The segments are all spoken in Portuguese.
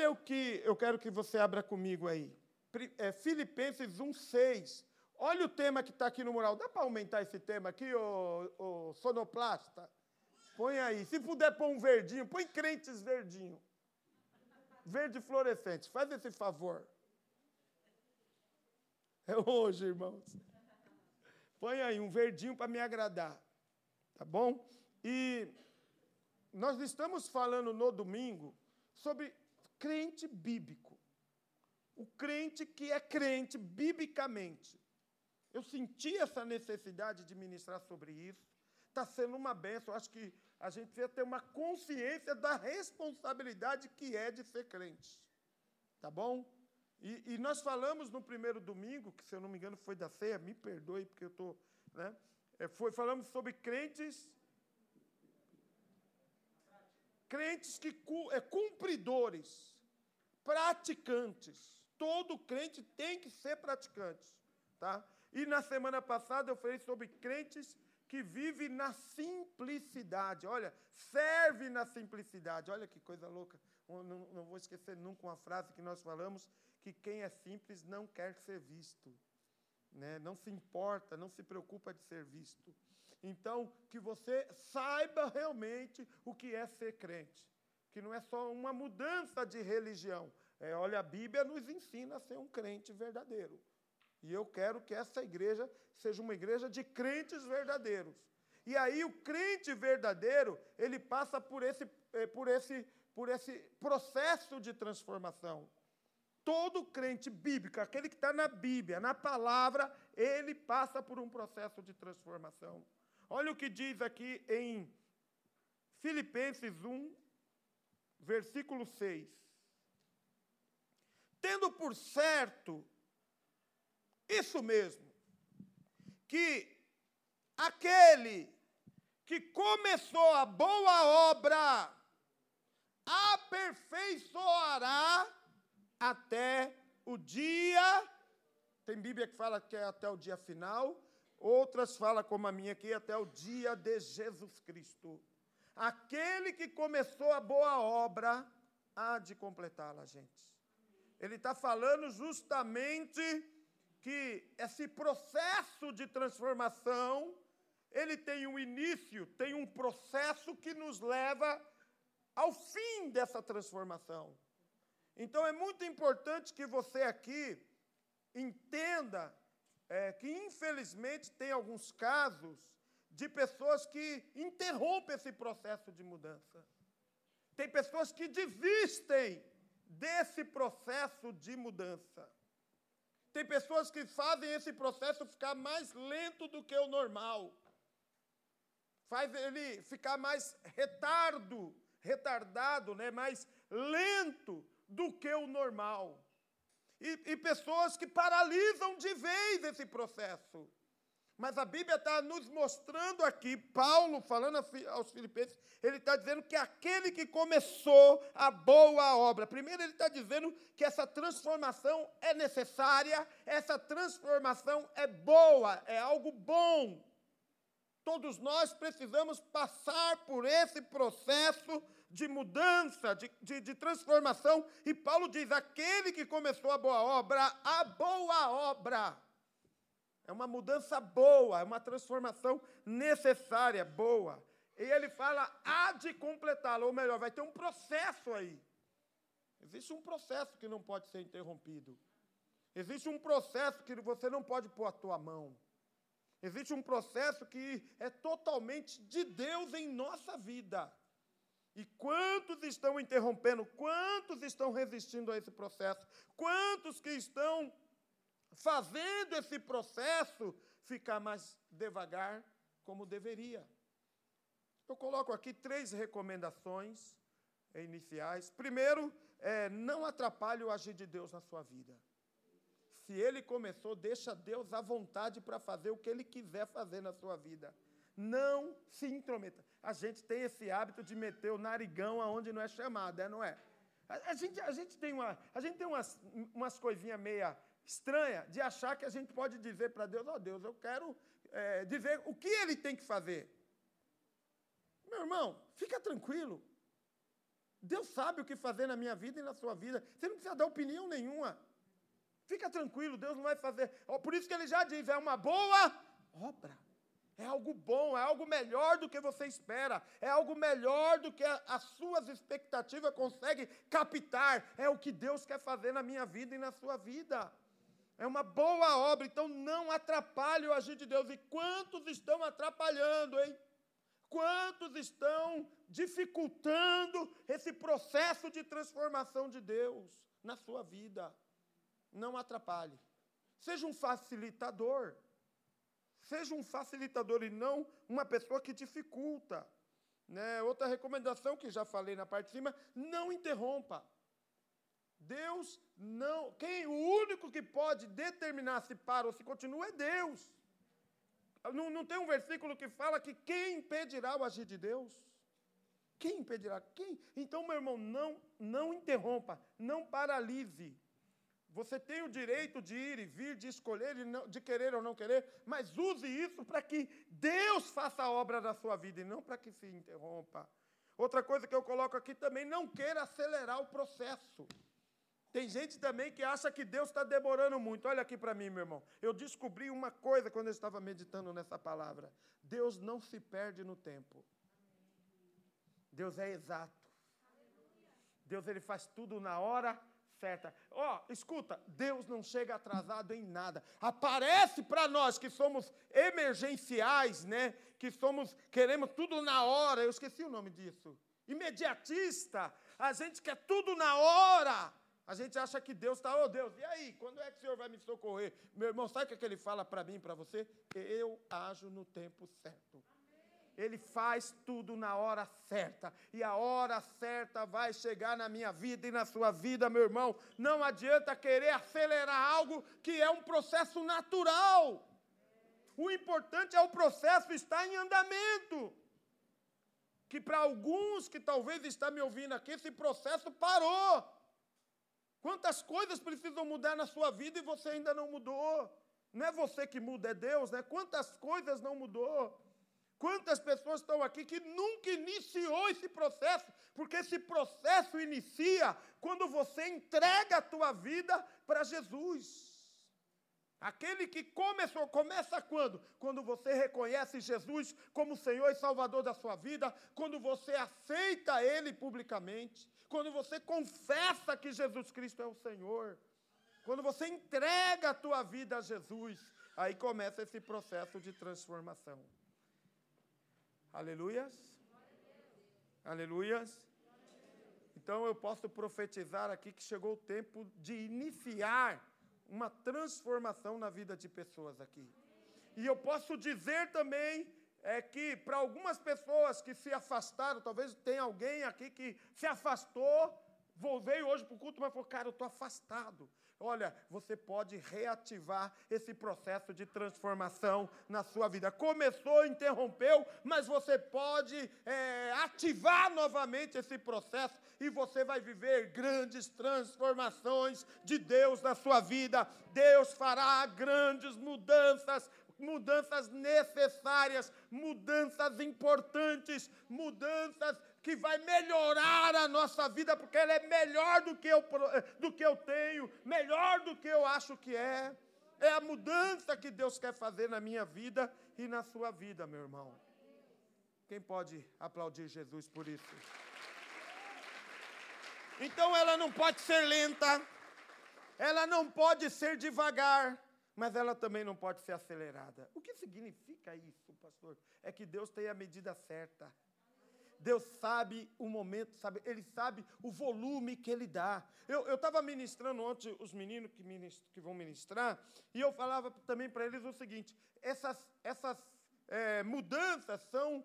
Olha o que eu quero que você abra comigo aí. Filipenses 1:6. Olha o tema que está aqui no mural. Dá para aumentar esse tema aqui, ô sonoplasta? Põe aí. Se puder pôr um verdinho, põe crentes verdinho. Verde fluorescente. Faz esse favor. É hoje, irmãos. Põe aí um verdinho para me agradar. Tá bom? E nós estamos falando no domingo sobre crente bíblico. O crente que é crente biblicamente. Eu senti essa necessidade de ministrar sobre isso. Está sendo uma bênção. Eu acho que a gente precisa ter uma consciência da responsabilidade que é de ser crente. Tá bom? E nós falamos no primeiro domingo, que, se eu não me engano, foi da ceia, me perdoe, porque eu estou... Né? Falamos sobre crentes que cumpridores, praticantes. Todo crente tem que ser praticante. Tá? E na semana passada eu falei sobre crentes que vivem na simplicidade. Olha, serve na simplicidade. Olha que coisa louca. Não vou esquecer nunca uma frase que nós falamos, que quem é simples não quer ser visto. Né? Não se importa, não se preocupa de ser visto. Então, que você saiba realmente o que é ser crente. Que não é só uma mudança de religião. Olha, a Bíblia nos ensina a ser um crente verdadeiro. E eu quero que essa igreja seja uma igreja de crentes verdadeiros. E aí o crente verdadeiro, ele passa por esse processo de transformação. Todo crente bíblico, aquele que está na Bíblia, na palavra, ele passa por um processo de transformação. Olha o que diz aqui em Filipenses 1, versículo 6. Tendo por certo, isso mesmo, que aquele que começou a boa obra aperfeiçoará até o dia, tem Bíblia que fala que é até o dia final, outras falam, como a minha aqui, até o dia de Jesus Cristo. Aquele que começou a boa obra há de completá-la, gente. Ele está falando justamente que esse processo de transformação, ele tem um início, tem um processo que nos leva ao fim dessa transformação. Então, é muito importante que você aqui entenda que, infelizmente, tem alguns casos de pessoas que interrompem esse processo de mudança. Tem pessoas que desistem desse processo de mudança. Tem pessoas que fazem esse processo ficar mais lento do que o normal. Faz ele ficar mais retardado, né? Mais lento do que o normal. E pessoas que paralisam de vez esse processo. Mas a Bíblia está nos mostrando aqui, Paulo, falando aos Filipenses, ele está dizendo que aquele que começou a boa obra. Primeiro, ele está dizendo que essa transformação é necessária, essa transformação é boa, é algo bom. Todos nós precisamos passar por esse processo de mudança, de transformação. E Paulo diz, aquele que começou a boa obra, é uma mudança boa, é uma transformação necessária, boa. E ele fala, há de completá-la, ou melhor, vai ter um processo aí. Existe um processo que não pode ser interrompido. Existe um processo que você não pode pôr a tua mão. Existe um processo que é totalmente de Deus em nossa vida. E quantos estão interrompendo? Quantos estão resistindo a esse processo? Quantos que estão fazendo esse processo ficar mais devagar como deveria? Eu coloco aqui 3 recomendações iniciais. Primeiro, não atrapalhe o agir de Deus na sua vida. Se Ele começou, deixa Deus à vontade para fazer o que Ele quiser fazer na sua vida. Não se intrometa. A gente tem esse hábito de meter o narigão aonde não é chamado, não é? A gente tem umas coisinhas meia estranhas de achar que a gente pode dizer para Deus, Deus, eu quero dizer o que Ele tem que fazer. Meu irmão, fica tranquilo. Deus sabe o que fazer na minha vida e na sua vida. Você não precisa dar opinião nenhuma. Fica tranquilo, Deus não vai fazer. Por isso que ele já diz, é uma boa obra. É algo bom, é algo melhor do que você espera. É algo melhor do que as suas expectativas conseguem captar. É o que Deus quer fazer na minha vida e na sua vida. É uma boa obra, então não atrapalhe o agir de Deus. E quantos estão atrapalhando, hein? Quantos estão dificultando esse processo de transformação de Deus na sua vida? Não atrapalhe. Seja um facilitador. Seja um facilitador e não uma pessoa que dificulta. Né? Outra recomendação que já falei na parte de cima, não interrompa. Deus não... o único que pode determinar se para ou se continua é Deus. Não tem um versículo que fala que quem impedirá o agir de Deus? Quem impedirá? Quem? Então, meu irmão, não interrompa, não paralise. Você tem o direito de ir e vir, de escolher, de querer ou não querer, mas use isso para que Deus faça a obra da sua vida e não para que se interrompa. Outra coisa que eu coloco aqui também, não queira acelerar o processo. Tem gente também que acha que Deus está demorando muito. Olha aqui para mim, meu irmão. Eu descobri uma coisa quando eu estava meditando nessa palavra. Deus não se perde no tempo. Deus é exato. Deus, ele faz tudo na hora certa. Escuta, Deus não chega atrasado em nada. Aparece para nós que somos emergenciais, né? Que queremos tudo na hora. Eu esqueci o nome disso. Imediatista. A gente quer tudo na hora. A gente acha que Deus está, Deus, e aí? Quando é que o Senhor vai me socorrer? Meu irmão, sabe o que ele fala para mim e para você? Eu ajo no tempo certo. Ele faz tudo na hora certa. E a hora certa vai chegar na minha vida e na sua vida, meu irmão. Não adianta querer acelerar algo que é um processo natural. O importante é o processo estar em andamento. Que para alguns que talvez estão me ouvindo aqui, esse processo parou. Quantas coisas precisam mudar na sua vida e você ainda não mudou? Não é você que muda, é Deus, né? Quantas coisas não mudou? Quantas pessoas estão aqui que nunca iniciou esse processo? Porque esse processo inicia quando você entrega a tua vida para Jesus. Aquele que começa quando? Quando você reconhece Jesus como Senhor e Salvador da sua vida, quando você aceita Ele publicamente, quando você confessa que Jesus Cristo é o Senhor, quando você entrega a tua vida a Jesus, aí começa esse processo de transformação. Aleluias? Aleluias? Então eu posso profetizar aqui que chegou o tempo de iniciar uma transformação na vida de pessoas aqui. E eu posso dizer também que para algumas pessoas que se afastaram, talvez tenha alguém aqui que se afastou, veio hoje para o culto, mas falou, cara, eu estou afastado. Olha, você pode reativar esse processo de transformação na sua vida. Começou, interrompeu, mas você pode ativar novamente esse processo e você vai viver grandes transformações de Deus na sua vida. Deus fará grandes mudanças necessárias, mudanças importantes, mudanças que vai melhorar a nossa vida, porque ela é melhor do que eu tenho, melhor do que eu acho que é. É a mudança que Deus quer fazer na minha vida e na sua vida, meu irmão. Quem pode aplaudir Jesus por isso? Então ela não pode ser lenta, ela não pode ser devagar, mas ela também não pode ser acelerada. O que significa isso, pastor? É que Deus tem a medida certa. Deus sabe o momento, Ele sabe o volume que Ele dá. Eu estava ministrando ontem os meninos que vão ministrar, e eu falava também para eles o seguinte, essas mudanças são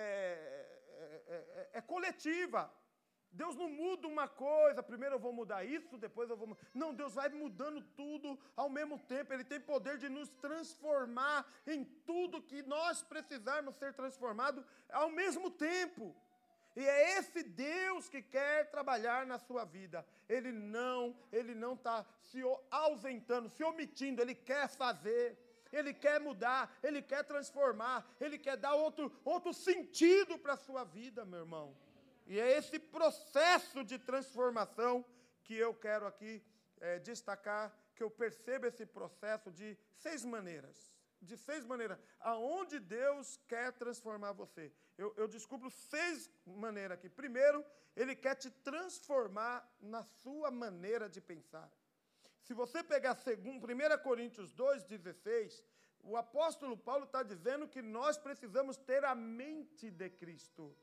coletiva. Deus não muda uma coisa, primeiro eu vou mudar isso, depois eu vou mudar. Não, Deus vai mudando tudo ao mesmo tempo. Ele tem poder de nos transformar em tudo que nós precisarmos ser transformados ao mesmo tempo. E é esse Deus que quer trabalhar na sua vida. Ele não está se ausentando, se omitindo, Ele quer fazer. Ele quer mudar, Ele quer transformar, Ele quer dar outro sentido para a sua vida, meu irmão. E é esse processo de transformação que eu quero aqui destacar, que eu percebo esse processo de 6 maneiras. De 6 maneiras. Aonde Deus quer transformar você. Eu descubro 6 maneiras aqui. Primeiro, Ele quer te transformar na sua maneira de pensar. Se você pegar 1 Coríntios 2,16, o apóstolo Paulo está dizendo que nós precisamos ter a mente de Cristo.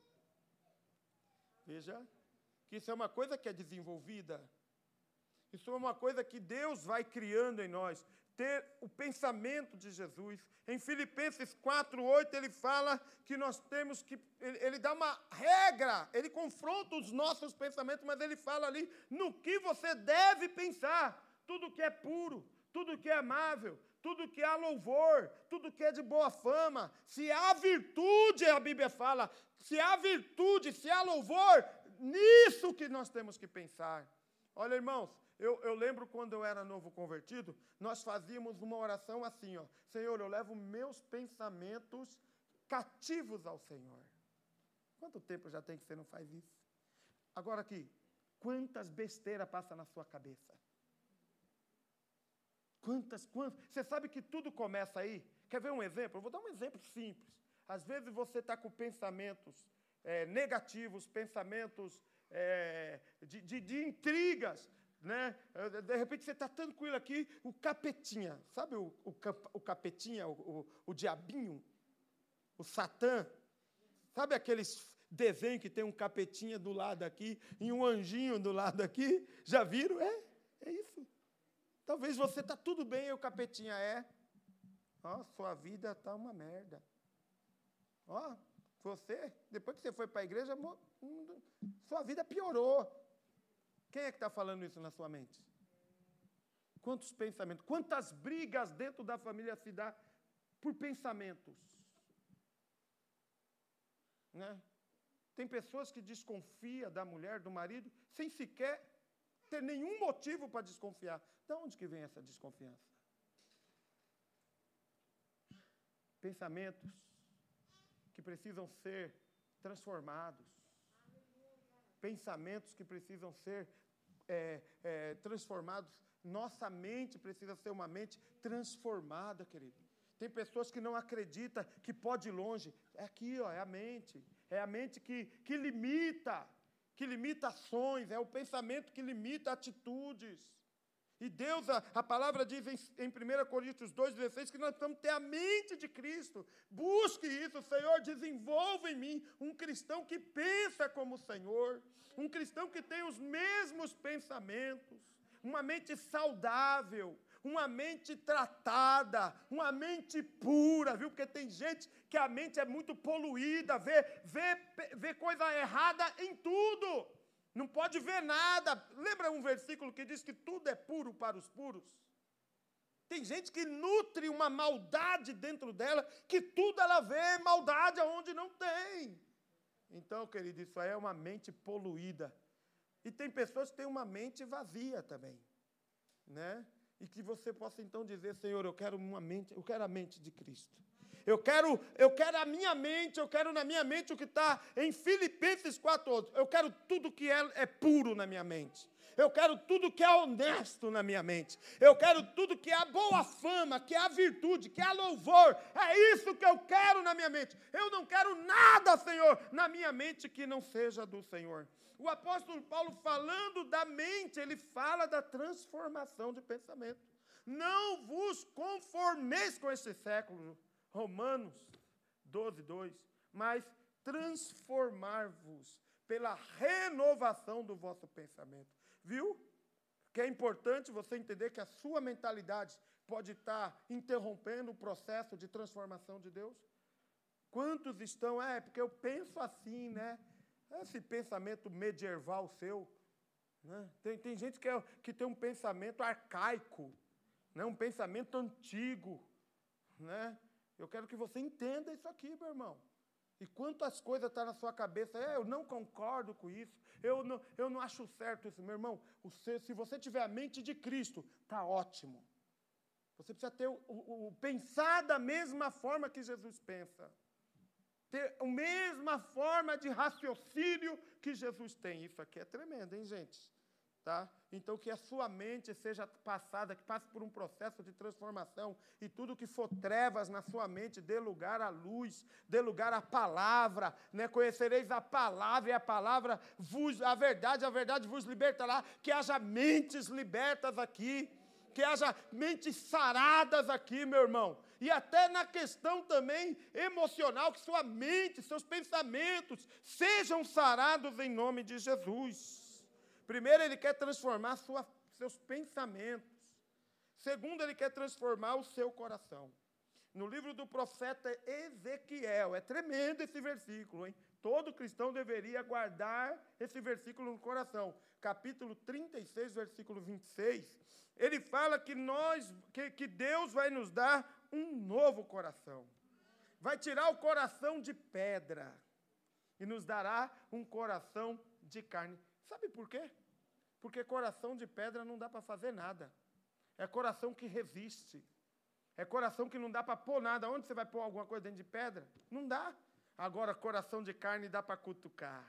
Veja, que isso é uma coisa que é desenvolvida. Isso é uma coisa que Deus vai criando em nós. Ter o pensamento de Jesus. Em Filipenses 4:8, ele fala que nós temos que... Ele dá uma regra, ele confronta os nossos pensamentos, mas ele fala ali no que você deve pensar. Tudo que é puro, tudo que é amável, tudo que há louvor, tudo que é de boa fama. Se há virtude, a Bíblia fala, se há virtude, se há louvor, nisso que nós temos que pensar. Olha, irmãos, eu lembro quando eu era novo convertido, nós fazíamos uma oração assim, ó: Senhor, eu levo meus pensamentos cativos ao Senhor. Quanto tempo já tem que você não faz isso? Agora aqui, quantas besteiras passam na sua cabeça? Quantas? Você sabe que tudo começa aí? Quer ver um exemplo? Eu vou dar um exemplo simples. Às vezes você está com pensamentos negativos, pensamentos de intrigas, né? De repente você está tranquilo aqui, o capetinha, sabe o capetinha, o diabinho, o Satã? Sabe aqueles desenhos que tem um capetinha do lado aqui e um anjinho do lado aqui? Já viram? É isso. Talvez você está tudo bem e o capetinha sua vida está uma merda. Você, depois que você foi para a igreja, sua vida piorou. Quem é que está falando isso na sua mente? Quantos pensamentos, quantas brigas dentro da família se dá por pensamentos? Né? Tem pessoas que desconfiam da mulher, do marido, sem sequer ter nenhum motivo para desconfiar. De onde que vem essa desconfiança? Pensamentos que precisam ser transformados. Pensamentos que precisam ser transformados. Nossa mente precisa ser uma mente transformada, querido. Tem pessoas que não acreditam que pode ir longe. É aqui, é a mente. É a mente que limita ações. É o pensamento que limita atitudes. E Deus, a palavra diz em 1 Coríntios 2,16, que nós precisamos ter a mente de Cristo. Busque isso, Senhor, desenvolva em mim um cristão que pensa como o Senhor, um cristão que tem os mesmos pensamentos, uma mente saudável, uma mente tratada, uma mente pura, viu? Porque tem gente que a mente é muito poluída, vê coisa errada em tudo. Não pode ver nada. Lembra um versículo que diz que tudo é puro para os puros? Tem gente que nutre uma maldade dentro dela, que tudo ela vê maldade aonde não tem. Então, querido, isso aí é uma mente poluída. E tem pessoas que têm uma mente vazia também, né? E que você possa então dizer: Senhor, eu quero a mente de Cristo. Eu quero a minha mente, eu quero na minha mente o que está em Filipenses 4:8. Eu quero tudo que é puro na minha mente. Eu quero tudo que é honesto na minha mente. Eu quero tudo que é boa fama, que é virtude, que é louvor. É isso que eu quero na minha mente. Eu não quero nada, Senhor, na minha mente que não seja do Senhor. O apóstolo Paulo, falando da mente, ele fala da transformação de pensamento. Não vos conformeis com este século. Romanos 12:2, mas transformar-vos pela renovação do vosso pensamento. Viu? Que é importante você entender que a sua mentalidade pode estar interrompendo o processo de transformação de Deus. Quantos estão, porque eu penso assim, né? Esse pensamento medieval seu, né? Tem gente que tem um pensamento arcaico, né? Um pensamento antigo, né? Eu quero que você entenda isso aqui, meu irmão. E quantas coisas estão na sua cabeça? Eu não concordo com isso. Eu não acho certo isso, meu irmão. Se você tiver a mente de Cristo, está ótimo. Você precisa ter pensar da mesma forma que Jesus pensa. ter a mesma forma de raciocínio que Jesus tem. Isso aqui é tremendo, hein, gente? Tá? Então, que a sua mente seja passada, que passe por um processo de transformação, e tudo que for trevas na sua mente, dê lugar à luz, dê lugar à palavra, né? Conhecereis a palavra, e a palavra a verdade vos libertará. Que haja mentes libertas aqui, que haja mentes saradas aqui, meu irmão. E até na questão também emocional, que sua mente, seus pensamentos sejam sarados em nome de Jesus. Primeiro, ele quer transformar seus pensamentos. Segundo, ele quer transformar o seu coração. No livro do profeta Ezequiel, é tremendo esse versículo, hein? Todo cristão deveria guardar esse versículo no coração. Capítulo 36, versículo 26, ele fala que Deus vai nos dar um novo coração. Vai tirar o coração de pedra e nos dará um coração de carne. Sabe por quê? Porque coração de pedra não dá para fazer nada. É coração que resiste. É coração que não dá para pôr nada. Onde você vai pôr alguma coisa dentro de pedra? Não dá. Agora, coração de carne dá para cutucar.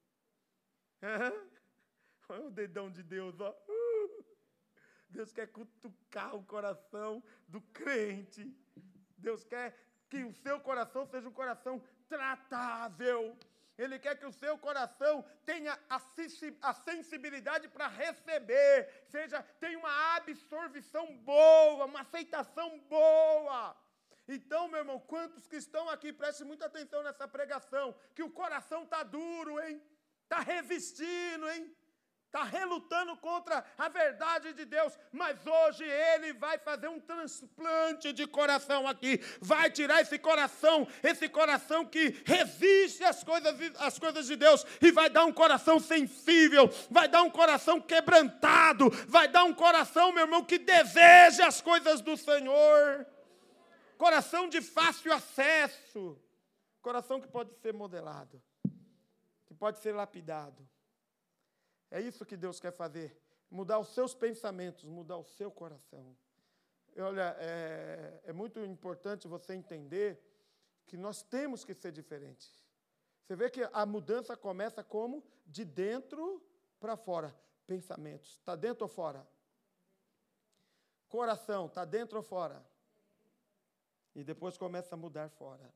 Olha o dedão de Deus, ó. Deus quer cutucar o coração do crente. Deus quer que o seu coração seja um coração tratável. Ele quer que o seu coração tenha a sensibilidade para receber, tenha uma absorção boa, uma aceitação boa. Então, meu irmão, quantos que estão aqui, preste muita atenção nessa pregação, que o coração está duro, hein? Está resistindo, hein? Está relutando contra a verdade de Deus, mas hoje Ele vai fazer um transplante de coração aqui, vai tirar esse coração que resiste às coisas de Deus, e vai dar um coração sensível, vai dar um coração quebrantado, vai dar um coração, meu irmão, que deseja as coisas do Senhor, coração de fácil acesso, coração que pode ser modelado, que pode ser lapidado. É isso que Deus quer fazer, mudar os seus pensamentos, mudar o seu coração. Olha, é muito importante você entender que nós temos que ser diferentes. Você vê que a mudança começa como? De dentro para fora. Pensamentos, está dentro ou fora? Coração, está dentro ou fora? E depois começa a mudar fora.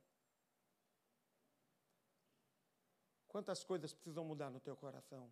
Quantas coisas precisam mudar no teu coração?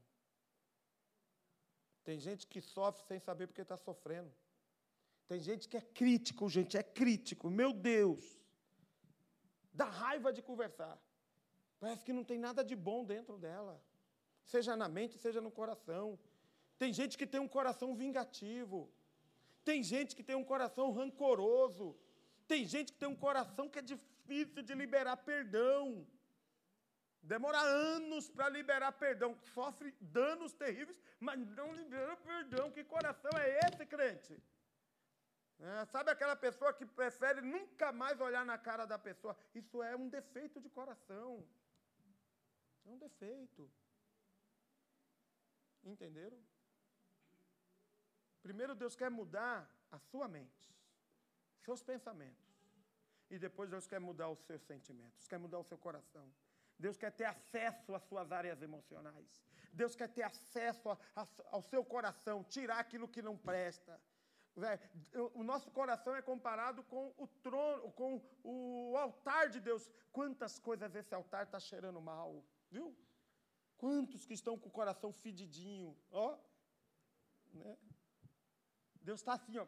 Tem gente que sofre sem saber porque está sofrendo. Tem gente que é crítico, meu Deus. Dá raiva de conversar. Parece que não tem nada de bom dentro dela. Seja na mente, seja no coração. Tem gente que tem um coração vingativo. Tem gente que tem um coração rancoroso. Tem gente que tem um coração que é difícil de liberar perdão. Demora anos para liberar perdão. Sofre danos terríveis, mas não libera perdão. Que coração é esse, crente? Sabe aquela pessoa que prefere nunca mais olhar na cara da pessoa? Isso é um defeito de coração. É um defeito. Entenderam? Primeiro Deus quer mudar a sua mente, seus pensamentos. E depois Deus quer mudar os seus sentimentos, quer mudar o seu coração. Deus quer ter acesso às suas áreas emocionais. Deus quer ter acesso ao seu coração, tirar aquilo que não presta. O nosso coração é comparado com o trono, com o altar de Deus. Quantas coisas esse altar está cheirando mal, viu? Quantos que estão com o coração fedidinho, ó. Né? Deus está assim, ó.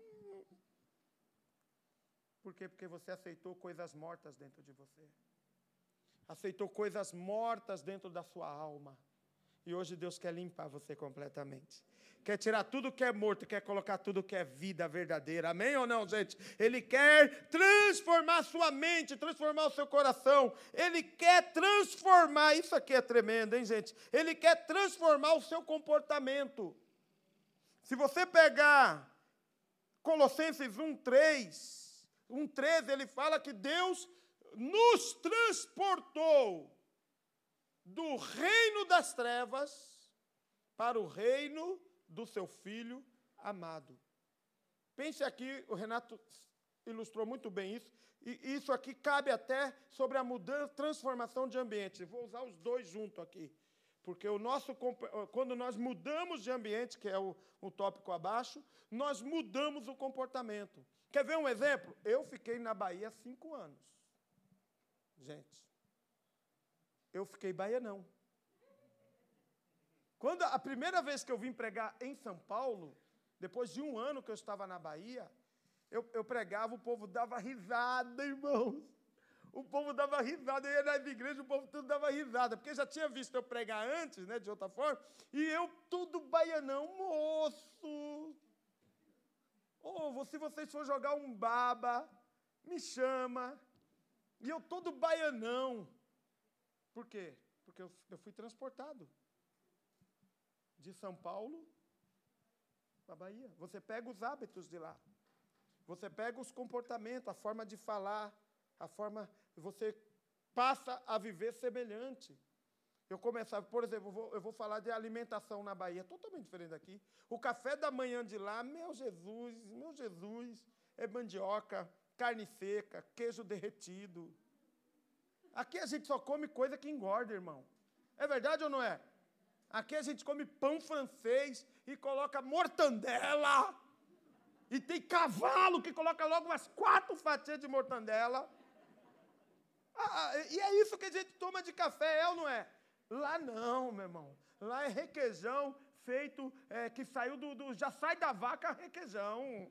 Por quê? Porque você aceitou coisas mortas dentro de você. Aceitou coisas mortas dentro da sua alma. E hoje Deus quer limpar você completamente. Quer tirar tudo que é morto, quer colocar tudo que é vida verdadeira. Amém ou não, gente? Ele quer transformar a sua mente, transformar o seu coração. Ele quer transformar, isso aqui é tremendo, hein, gente? Ele quer transformar o seu comportamento. Se você pegar Colossenses 1:13, ele fala que Deus nos transportou do reino das trevas para o reino do seu Filho amado. Pense aqui, o Renato ilustrou muito bem isso. E isso aqui cabe até sobre a mudança, transformação de ambiente. Vou usar os dois juntos aqui. Porque quando nós mudamos de ambiente, que é o tópico abaixo, nós mudamos o comportamento. Quer ver um exemplo? Eu fiquei na Bahia 5 anos. Gente, eu fiquei baianão. Quando a primeira vez que eu vim pregar em São Paulo, depois de 1 ano que eu estava na Bahia, eu pregava, o povo dava risada, irmãos. O povo dava risada, eu ia nas igrejas, o povo tudo dava risada, porque já tinha visto eu pregar antes, né, de outra forma, e eu tudo baianão, moço. Se vocês for jogar um baba, me chama. E eu todo baianão. Por quê? Porque eu fui transportado de São Paulo para a Bahia. Você pega os hábitos de lá. Você pega os comportamentos, a forma de falar, a forma... Você passa a viver semelhante. Eu começava, por exemplo, eu vou falar de alimentação na Bahia, totalmente diferente daqui. O café da manhã de lá, meu Jesus, é mandioca, carne seca, queijo derretido. Aqui a gente só come coisa que engorda, irmão. É verdade ou não é? Aqui a gente come pão francês e coloca mortandela. E tem cavalo que coloca logo umas 4 fatias de mortandela. E é isso que a gente toma de café, é ou não é? Lá não, meu irmão. Lá é requeijão feito, que saiu já sai da vaca requeijão.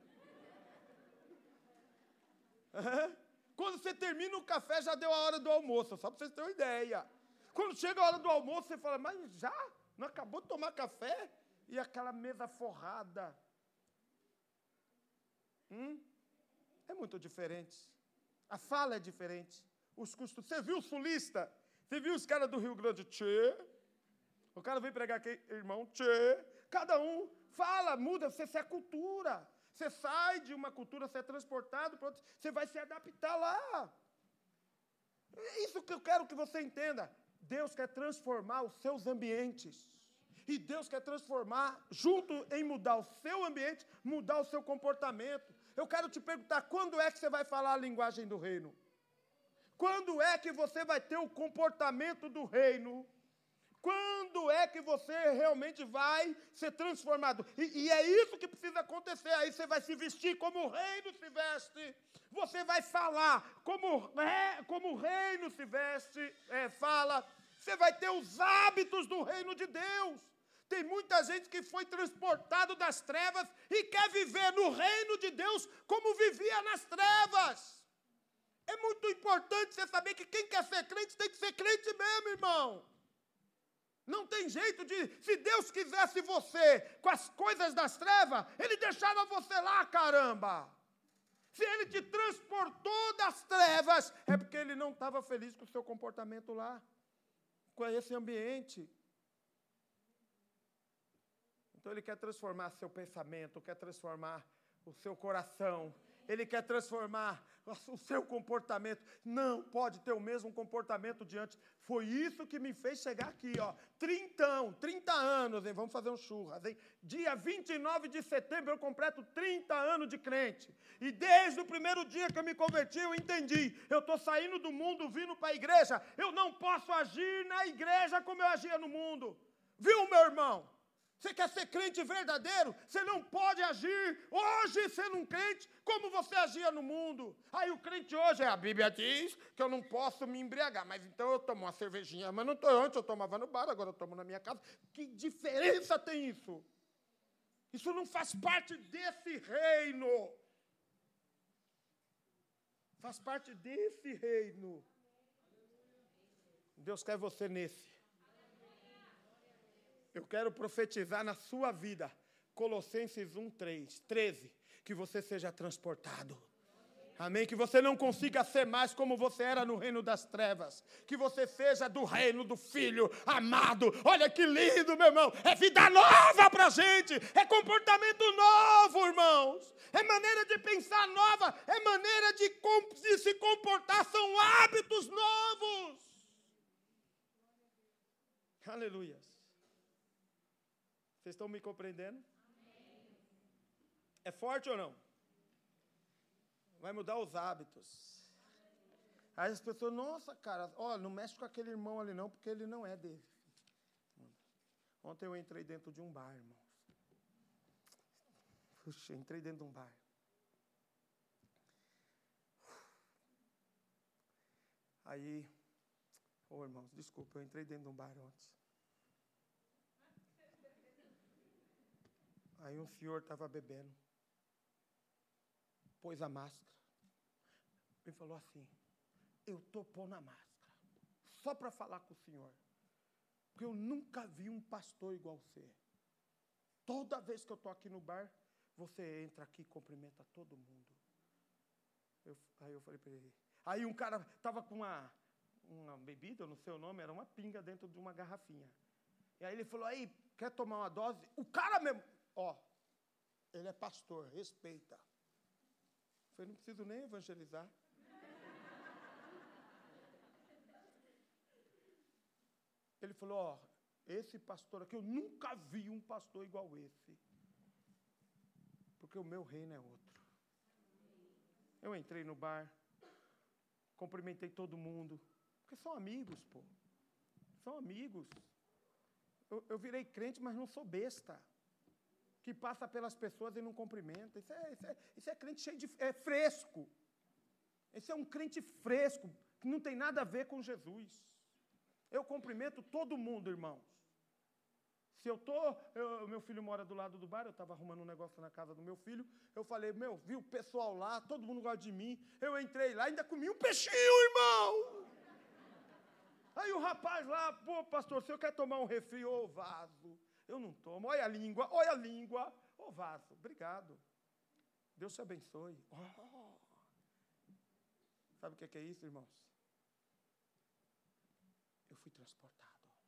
Quando você termina o café, já deu a hora do almoço, só para vocês terem uma ideia. Quando chega a hora do almoço, você fala, mas já? Não acabou de tomar café? E aquela mesa forrada. É muito diferente. A fala é diferente. Os costumes. Você viu o sulista? Você viu os caras do Rio Grande? Tchê. O cara vem pregar aqui, irmão, tchê. Cada um fala, muda, você é cultura. Você sai de uma cultura, você é transportado para outra, você vai se adaptar lá. É isso que eu quero que você entenda. Deus quer transformar os seus ambientes. E Deus quer transformar, junto em mudar o seu ambiente, mudar o seu comportamento. Eu quero te perguntar, quando é que você vai falar a linguagem do reino? Quando é que você vai ter o comportamento do reino? Quando é que você realmente vai ser transformado? E é isso que precisa acontecer. Aí você vai se vestir como o reino se veste. Você vai falar como o reino se veste, fala. Você vai ter os hábitos do reino de Deus. Tem muita gente que foi transportado das trevas e quer viver no reino de Deus como vivia nas trevas. É muito importante você saber que quem quer ser crente tem que ser crente mesmo, irmão. Não tem jeito de... Se Deus quisesse você com as coisas das trevas, Ele deixava você lá, caramba. Se Ele te transportou das trevas, é porque Ele não estava feliz com o seu comportamento lá, com esse ambiente. Então Ele quer transformar seu pensamento, quer transformar o seu coração. Ele quer transformar o seu comportamento. Não pode ter o mesmo comportamento diante. Foi isso que me fez chegar aqui, ó. 30 anos, hein? Vamos fazer um churras, hein? Dia 29 de setembro eu completo 30 anos de crente. E desde o primeiro dia que eu me converti, eu entendi. Eu estou saindo do mundo, vindo para a igreja. Eu não posso agir na igreja como eu agia no mundo. Viu, meu irmão? Você quer ser crente verdadeiro? Você não pode agir hoje sendo um crente como você agia no mundo. Aí o crente hoje, a Bíblia diz que eu não posso me embriagar, mas então eu tomo uma cervejinha, mas não estou antes, eu tomava no bar, agora eu tomo na minha casa. Que diferença tem isso? Isso não faz parte desse reino. Faz parte desse reino. Deus quer você nesse. Eu quero profetizar na sua vida, Colossenses 1:13, que você seja transportado. Amém? Que você não consiga ser mais como você era no reino das trevas. Que você seja do reino do Filho amado. Olha que lindo, meu irmão. É vida nova para a gente. É comportamento novo, irmãos. É maneira de pensar nova. É maneira de se comportar. São hábitos novos. Aleluia. Vocês estão me compreendendo? Amém. É forte ou não? Vai mudar os hábitos. Aí as pessoas, nossa, cara, ó, não mexe com aquele irmão ali não, porque ele não é dele. Ontem eu entrei dentro de um bar, irmãos. Puxa, eu entrei dentro de um bar. Aí, irmãos, desculpa, eu entrei dentro de um bar ontem. Aí um senhor estava bebendo, pôs a máscara, e falou assim, eu estou pondo a máscara, só para falar com o senhor, porque eu nunca vi um pastor igual você. Toda vez que eu estou aqui no bar, você entra aqui e cumprimenta todo mundo. Aí eu falei para ele, aí um cara estava com uma bebida, eu não sei o nome, era uma pinga dentro de uma garrafinha. E aí ele falou, aí, quer tomar uma dose? O cara mesmo, ele é pastor, respeita. Eu falei, não preciso nem evangelizar. Ele falou, esse pastor aqui, eu nunca vi um pastor igual esse. Porque o meu reino é outro. Eu entrei no bar, cumprimentei todo mundo, porque são amigos, pô. São amigos. Eu virei crente, mas não sou besta. Que passa pelas pessoas e não cumprimenta. Isso é crente cheio de... É fresco. Esse é um crente fresco, que não tem nada a ver com Jesus. Eu cumprimento todo mundo, irmãos. Se meu filho mora do lado do bar, eu estava arrumando um negócio na casa do meu filho, eu falei, vi o pessoal lá, todo mundo gosta de mim, eu entrei lá, ainda comi um peixinho, irmão! Aí o rapaz lá, pô, pastor, o senhor quer tomar um refri? Ô, vaso, eu não tomo, olha a língua, ô, vaso, obrigado, Deus te abençoe. Sabe o que é isso, irmãos? Eu fui transportado.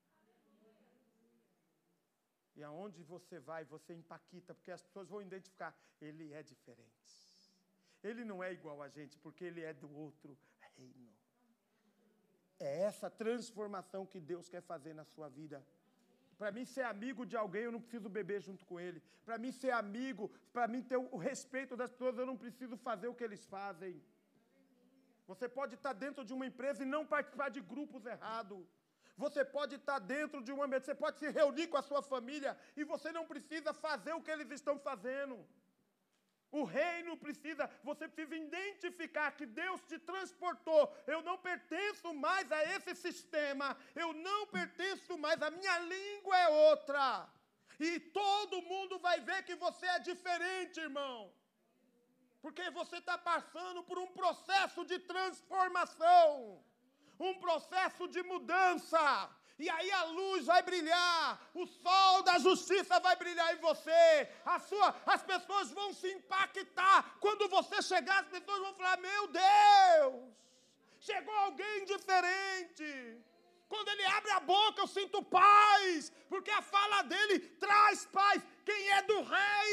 E aonde você vai, você empaquita, porque as pessoas vão identificar, ele é diferente. Ele não é igual a gente, porque ele é do outro reino. É essa transformação que Deus quer fazer na sua vida. Para mim ser amigo de alguém, eu não preciso beber junto com ele. Para mim ser amigo, para mim ter o respeito das pessoas, eu não preciso fazer o que eles fazem. Você pode estar dentro de uma empresa e não participar de grupos errados. Você pode estar dentro de um ambiente, você pode se reunir com a sua família e você não precisa fazer o que eles estão fazendo. O reino você precisa identificar que Deus te transportou. Eu não pertenço mais a esse sistema, eu não pertenço mais, a minha língua é outra. E todo mundo vai ver que você é diferente, irmão. Porque você está passando por um processo de transformação. Um processo de mudança, e aí a luz vai brilhar, o sol da justiça vai brilhar em você, as pessoas vão se impactar, quando você chegar, as pessoas vão falar, meu Deus, chegou alguém diferente, quando ele abre a boca eu sinto paz, porque a fala dele traz paz, quem é do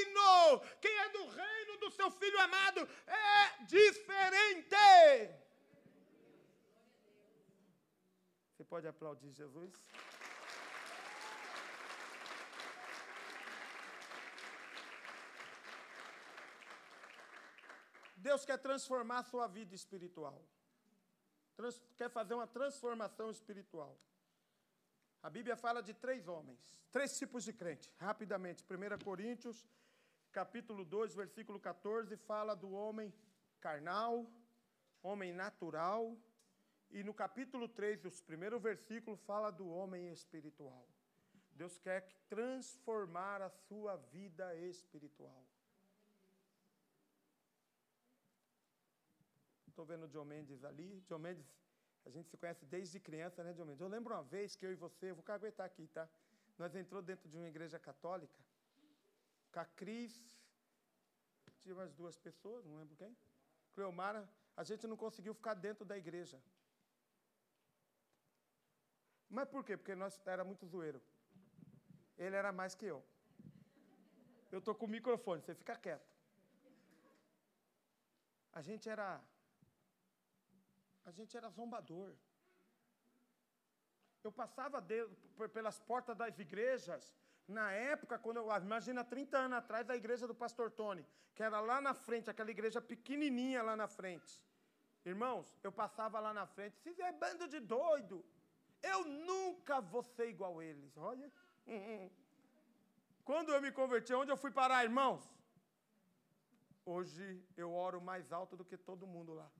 reino do seu Filho amado, é diferente. Você pode aplaudir Jesus? Deus quer transformar a sua vida espiritual. Quer fazer uma transformação espiritual. A Bíblia fala de 3 homens, 3 tipos de crente. Rapidamente, 1 Coríntios, capítulo 2, versículo 14, fala do homem carnal, homem natural. E no capítulo 3, os primeiros versículos, fala do homem espiritual. Deus quer transformar a sua vida espiritual. Estou vendo o John Mendes ali. John Mendes, a gente se conhece desde criança, né, John Mendes? Eu lembro uma vez que eu e você, vou caguetar aqui, tá? Nós entramos dentro de uma igreja católica, com a Cris, tinha mais 2 pessoas, não lembro quem. Cleomara, a gente não conseguiu ficar dentro da igreja. Mas por quê? Porque nós era muito zoeiro. Ele era mais que eu. Eu estou com o microfone, você fica quieto. A gente era zombador. Eu passava pelas portas das igrejas, Na época, imagina 30 anos atrás, a igreja do pastor Tony, que era lá na frente, aquela igreja pequenininha lá na frente. Irmãos, eu passava lá na frente, vocês é bando de doido. Eu nunca vou ser igual eles. Olha. Quando eu me converti, onde eu fui parar, irmãos? Hoje eu oro mais alto do que todo mundo lá.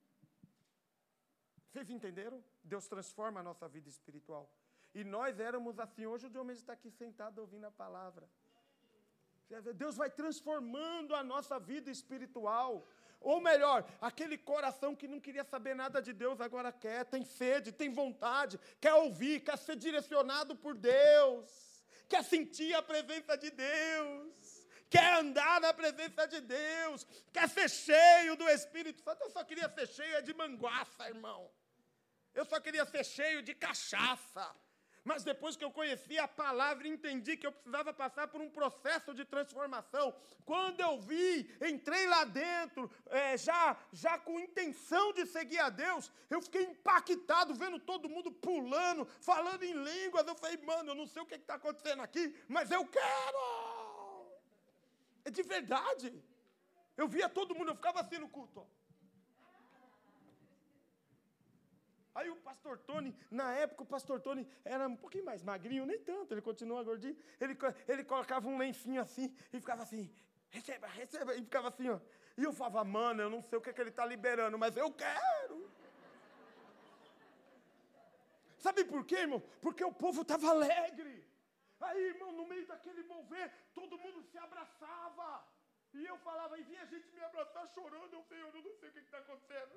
Vocês entenderam? Deus transforma a nossa vida espiritual. E nós éramos assim. Hoje o Diomedes está aqui sentado ouvindo a palavra. Deus vai transformando a nossa vida espiritual. Ou melhor, aquele coração que não queria saber nada de Deus, agora quer, tem sede, tem vontade, quer ouvir, quer ser direcionado por Deus, quer sentir a presença de Deus, quer andar na presença de Deus, quer ser cheio do Espírito Santo. Eu só queria ser cheio de manguaça, irmão. Eu só queria ser cheio de cachaça. Mas depois que eu conheci a palavra, entendi que eu precisava passar por um processo de transformação. Quando eu vi, entrei lá dentro, já com intenção de seguir a Deus, eu fiquei impactado, vendo todo mundo pulando, falando em línguas. Eu falei, mano, eu não sei o que está acontecendo aqui, mas eu quero. É de verdade. Eu via todo mundo, eu ficava assim no culto, ó. Aí o pastor Tony, na época o pastor Tony era um pouquinho mais magrinho, nem tanto, ele continua gordinho. Ele colocava um lencinho assim e ficava assim, receba, receba, e ficava assim, ó. E eu falava, mano, eu não sei o que ele está liberando, mas eu quero. Sabe por quê, irmão? Porque o povo estava alegre. Aí, irmão, no meio daquele mover, todo mundo se abraçava. E eu falava, e vinha a gente me abraçar chorando, eu falei, eu não sei o que está acontecendo.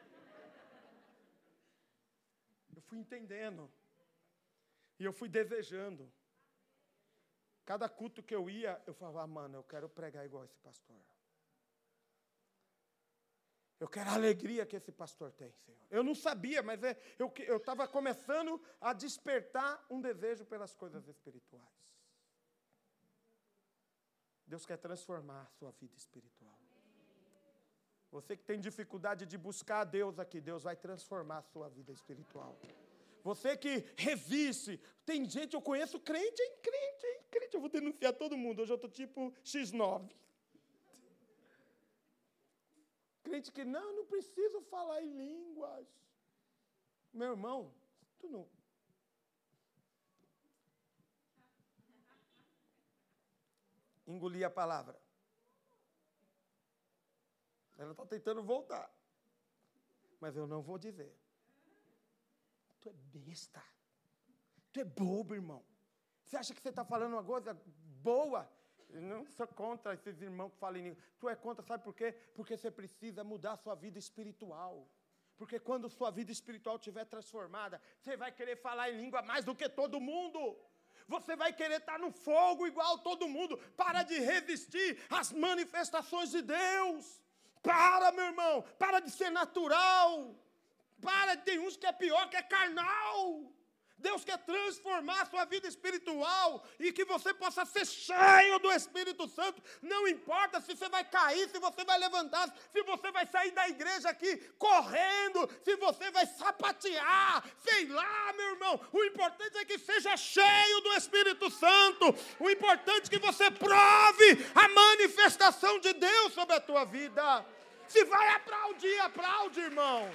Eu fui entendendo. E eu fui desejando. Cada culto que eu ia, eu falava, mano, eu quero pregar igual esse pastor. Eu quero a alegria que esse pastor tem, Senhor. Eu não sabia, mas eu estava começando a despertar um desejo pelas coisas espirituais. Deus quer transformar a sua vida espiritual. Você que tem dificuldade de buscar a Deus aqui, Deus vai transformar a sua vida espiritual. Você que resiste, tem gente, eu conheço crente, eu vou denunciar todo mundo, hoje eu estou tipo X9. Crente que, não preciso falar em línguas. Meu irmão, tu não... Engoli a palavra. Ela está tentando voltar. Mas eu não vou dizer. Tu é besta. Tu é bobo, irmão. Você acha que você está falando uma coisa boa? Eu não sou contra esses irmãos que falam em língua. Tu é contra, sabe por quê? Porque você precisa mudar a sua vida espiritual. Porque quando sua vida espiritual estiver transformada, você vai querer falar em língua mais do que todo mundo. Você vai querer estar no fogo igual todo mundo. Para de resistir às manifestações de Deus. Para, meu irmão, para de ser natural. Tem uns que é pior, que é carnal. Deus quer transformar a sua vida espiritual e que você possa ser cheio do Espírito Santo. Não importa se você vai cair, se você vai levantar, se você vai sair da igreja aqui correndo, se você vai sapatear, sei lá, meu irmão. O importante é que seja cheio do Espírito Santo. O importante é que você prove a manifestação de Deus sobre a tua vida. Se vai aplaudir, aplaude, irmão.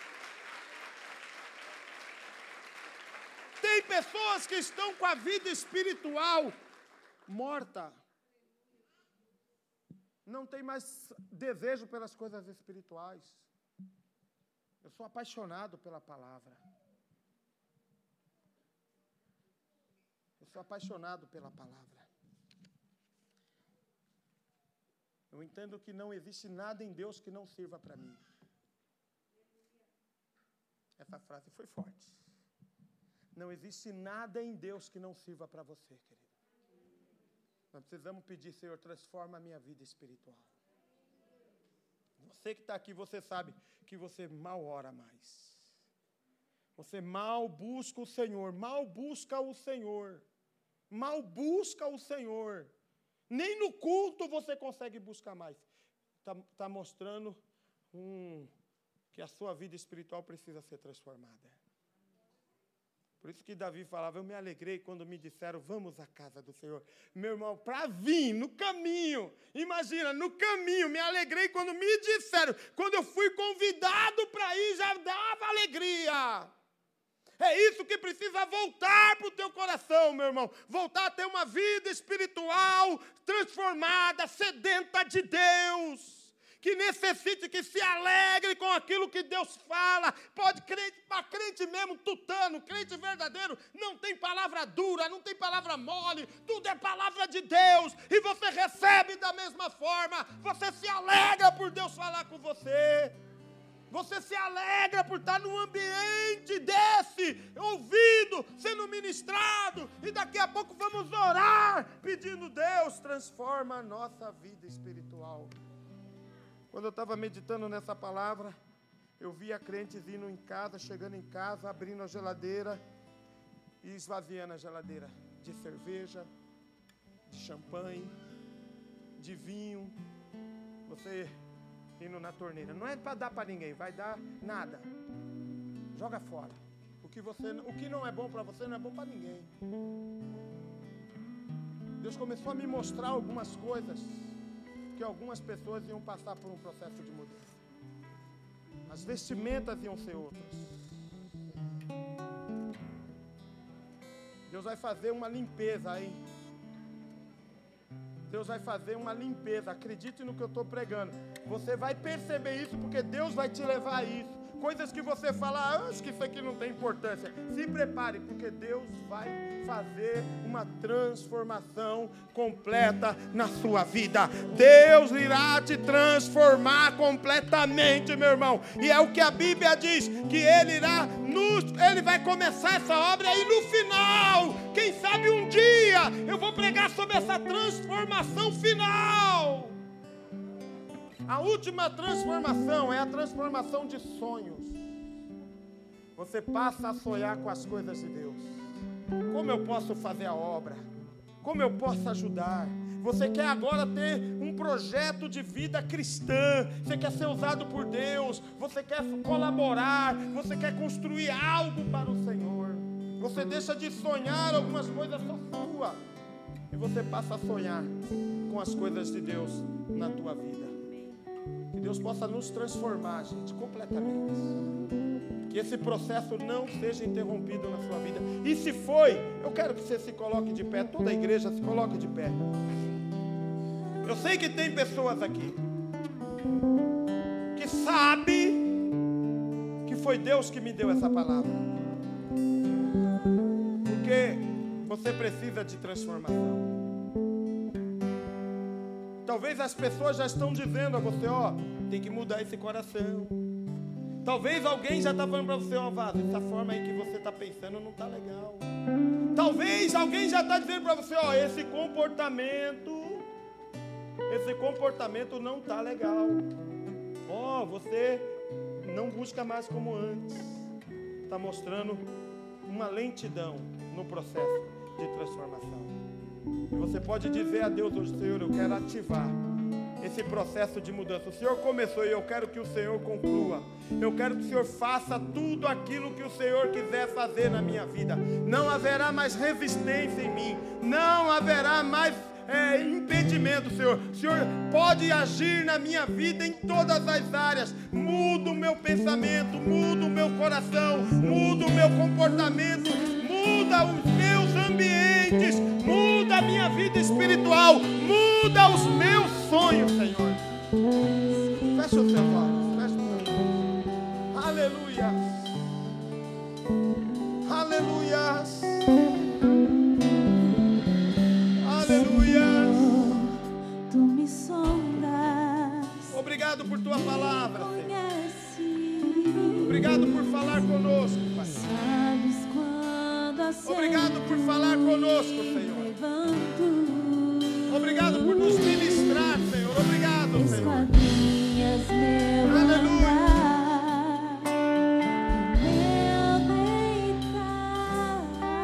Tem pessoas que estão com a vida espiritual morta. Não tem mais desejo pelas coisas espirituais. Eu sou apaixonado pela palavra. Eu sou apaixonado pela palavra. Eu entendo que não existe nada em Deus que não sirva para mim. Essa frase foi forte. Não existe nada em Deus que não sirva para você, querido. Nós precisamos pedir, Senhor, transforma a minha vida espiritual. Você que está aqui, você sabe que você mal ora mais. Você mal busca o Senhor, mal busca o Senhor. Mal busca o Senhor. Nem no culto você consegue buscar mais. Está mostrando que a sua vida espiritual precisa ser transformada. Por isso que Davi falava, eu me alegrei quando me disseram, vamos à casa do Senhor. Meu irmão, para vir, no caminho, imagina, no caminho, me alegrei quando me disseram. Quando eu fui convidado para ir, já dava alegria. É isso que precisa voltar para o teu coração, meu irmão. Voltar a ter uma vida espiritual transformada, sedenta de Deus. Que necessite, que se alegre com aquilo que Deus fala. Pode crente, para crente mesmo, tutano, crente verdadeiro, não tem palavra dura, não tem palavra mole, tudo é palavra de Deus, e você recebe da mesma forma, você se alegra por Deus falar com você, você se alegra por estar num ambiente desse, ouvido, sendo ministrado, e daqui a pouco vamos orar, pedindo Deus, transforma a nossa vida espiritual. Quando eu estava meditando nessa palavra, eu via crentes indo em casa, chegando em casa, abrindo a geladeira e esvaziando a geladeira de cerveja, de champanhe, de vinho. Você indo na torneira. Não é para dar para ninguém, vai dar nada. Joga fora. O que não é bom para você não é bom para ninguém. Deus começou a me mostrar algumas coisas que algumas pessoas iam passar por um processo de mudança. As vestimentas iam ser outras. Deus vai fazer uma limpeza aí. Deus vai fazer uma limpeza. Acredite no que eu estou pregando. Você vai perceber isso porque Deus vai te levar a isso. Coisas que você fala, acho que isso aqui não tem importância. Se prepare, porque Deus vai fazer uma transformação completa na sua vida. Deus irá te transformar completamente, meu irmão. E é o que a Bíblia diz, que Ele vai começar essa obra e no final, quem sabe um dia, eu vou pregar sobre essa transformação final. A última transformação é a transformação de sonhos. Você passa a sonhar com as coisas de Deus. Como eu posso fazer a obra? Como eu posso ajudar? Você quer agora ter um projeto de vida cristã. Você quer ser usado por Deus. Você quer colaborar. Você quer construir algo para o Senhor. Você deixa de sonhar algumas coisas só sua. E você passa a sonhar com as coisas de Deus na tua vida. Que Deus possa nos transformar, gente, completamente. Que esse processo não seja interrompido na sua vida. E se foi, eu quero que você se coloque de pé. Toda a igreja se coloque de pé. Eu sei que tem pessoas aqui que sabe que foi Deus que me deu essa palavra. Porque você precisa de transformação. Talvez as pessoas já estão dizendo a você, tem que mudar esse coração. Talvez alguém já está falando para você, Vaso, essa forma aí que você está pensando não está legal. Talvez alguém já está dizendo para você, esse comportamento não está legal. Você não busca mais como antes. Está mostrando uma lentidão no processo de transformação. E você pode dizer a Deus hoje, Senhor, eu quero ativar esse processo de mudança. O Senhor começou e eu quero que o Senhor conclua. Eu quero que o Senhor faça tudo aquilo que o Senhor quiser fazer na minha vida. Não haverá mais resistência em mim. Não haverá mais impedimento, Senhor. O Senhor pode agir na minha vida em todas as áreas. Muda o meu pensamento, muda o meu coração, muda o meu comportamento, muda os meus ambientes, muda a minha vida espiritual, muda os meus sonhos, Senhor. Fecha os seus olhos, fecha os seus olhos. Aleluia. Aleluia. Aleluia. Tu me sondas. Obrigado por tua palavra, Senhor. Obrigado por falar conosco, Pai. Sabes quando a Obrigado por falar conosco, Senhor. levanto. Obrigado por nos ministrar, Senhor. Obrigado, Senhor. Esquadrinhas meu Aleluia. andar, meu deitar.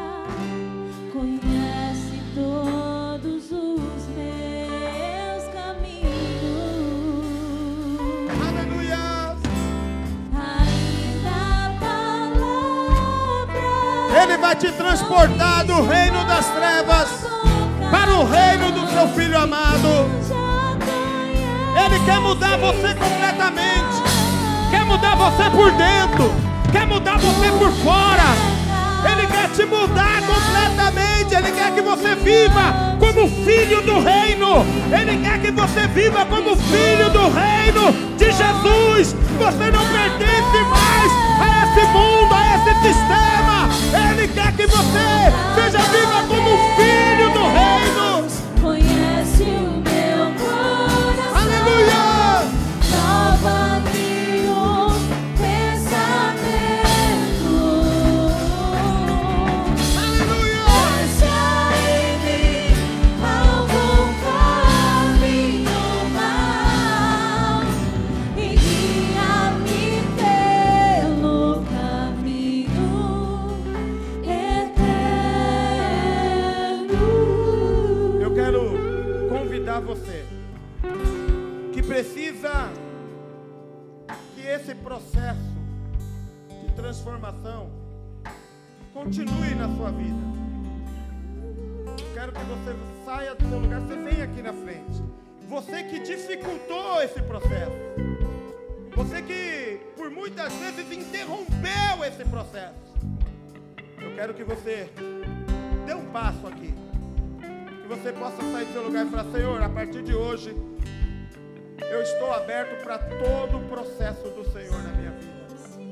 Conhece todos os meus caminhos. Aleluia. Ainda a palavra Ele vai te transportar do reino das trevas para o reino do seu Filho amado. Ele quer mudar você completamente. Quer mudar você por dentro. Quer mudar você por fora. Ele quer te mudar completamente. Ele quer que você viva como filho do reino. Ele quer que você viva como filho do reino de Jesus. Você não pertence mais a esse mundo, a esse sistema. Ele quer que você seja viva como filho do reino. Conhece o meu coração. Aleluia! Salva-me um pensamento. Aleluia! Deixa em mim algum caminho mau e guia-me pelo caminho eterno. Eu quero convidar você que precisa que esse processo de transformação continue na sua vida. Eu quero que você saia do seu lugar, você venha aqui na frente. Você que dificultou esse processo. Você que por muitas vezes interrompeu esse processo. Eu quero que você dê um passo aqui. Que você possa sair do seu lugar e falar: Senhor, a partir de hoje eu estou aberto para todo o processo do Senhor na minha vida.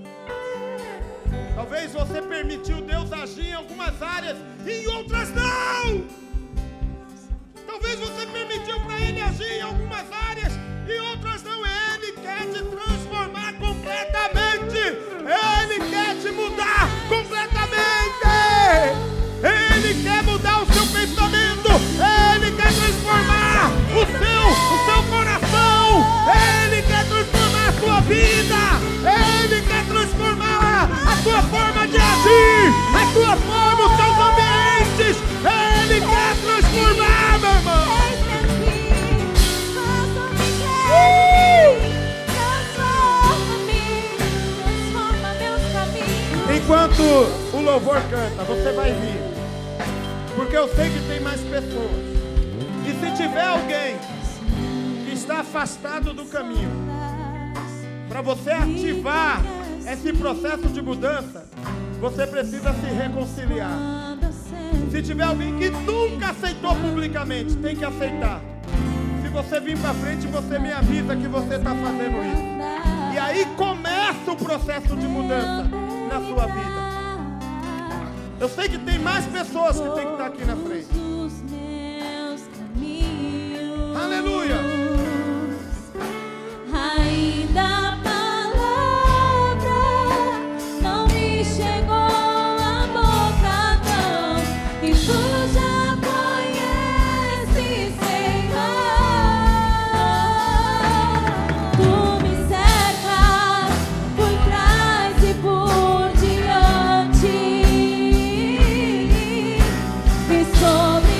Talvez você permitiu Deus agir em algumas áreas e em outras não. Talvez você permitiu para Ele agir em algumas áreas e em outras não. Ele quer te transformar completamente. Ele quer te mudar completamente. Ele quer mudar o seu pensamento. Ele quer transformar o seu coração. Ele quer transformar a sua vida. Ele quer transformar a sua forma de agir, a sua forma, os seus ambientes. Ele quer transformar, meu irmão. Transforma meus caminhos. Enquanto o louvor canta, você vai vir. Porque eu sei que tem mais pessoas. E se tiver alguém que está afastado do caminho, para você ativar esse processo de mudança, você precisa se reconciliar. Se tiver alguém que nunca aceitou publicamente, tem que aceitar. Se você vir para frente, você me avisa que você está fazendo isso. E aí começa o processo de mudança na sua vida. Eu sei que tem mais pessoas que tem que estar aqui na frente. Aleluia! Ainda a palavra não me chegou à boca, não. E tu já conheces, Senhor. Tu me cercas por trás e por diante. E sobre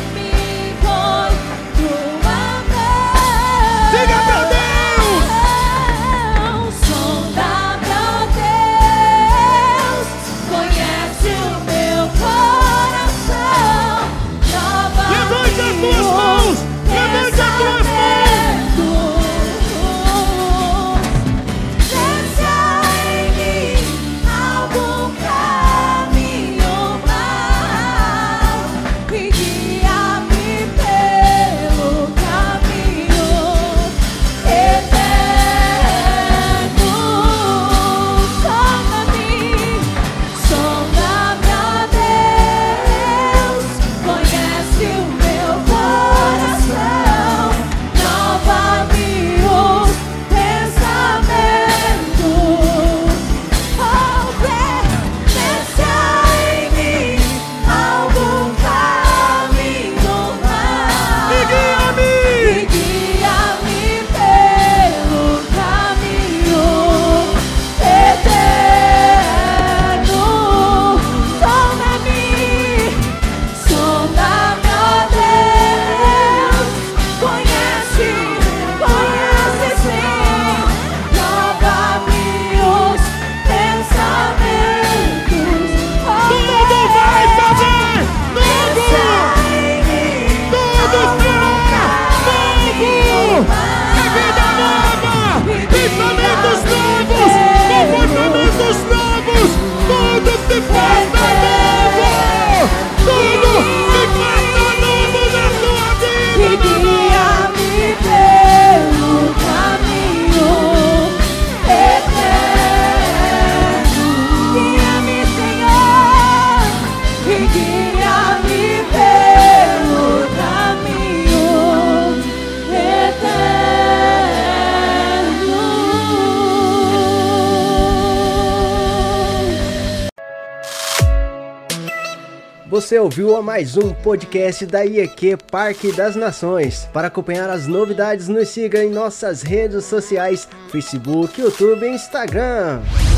Você ouviu a mais um podcast da IEQ Parque das Nações. Para acompanhar as novidades, nos siga em nossas redes sociais, Facebook, YouTube e Instagram.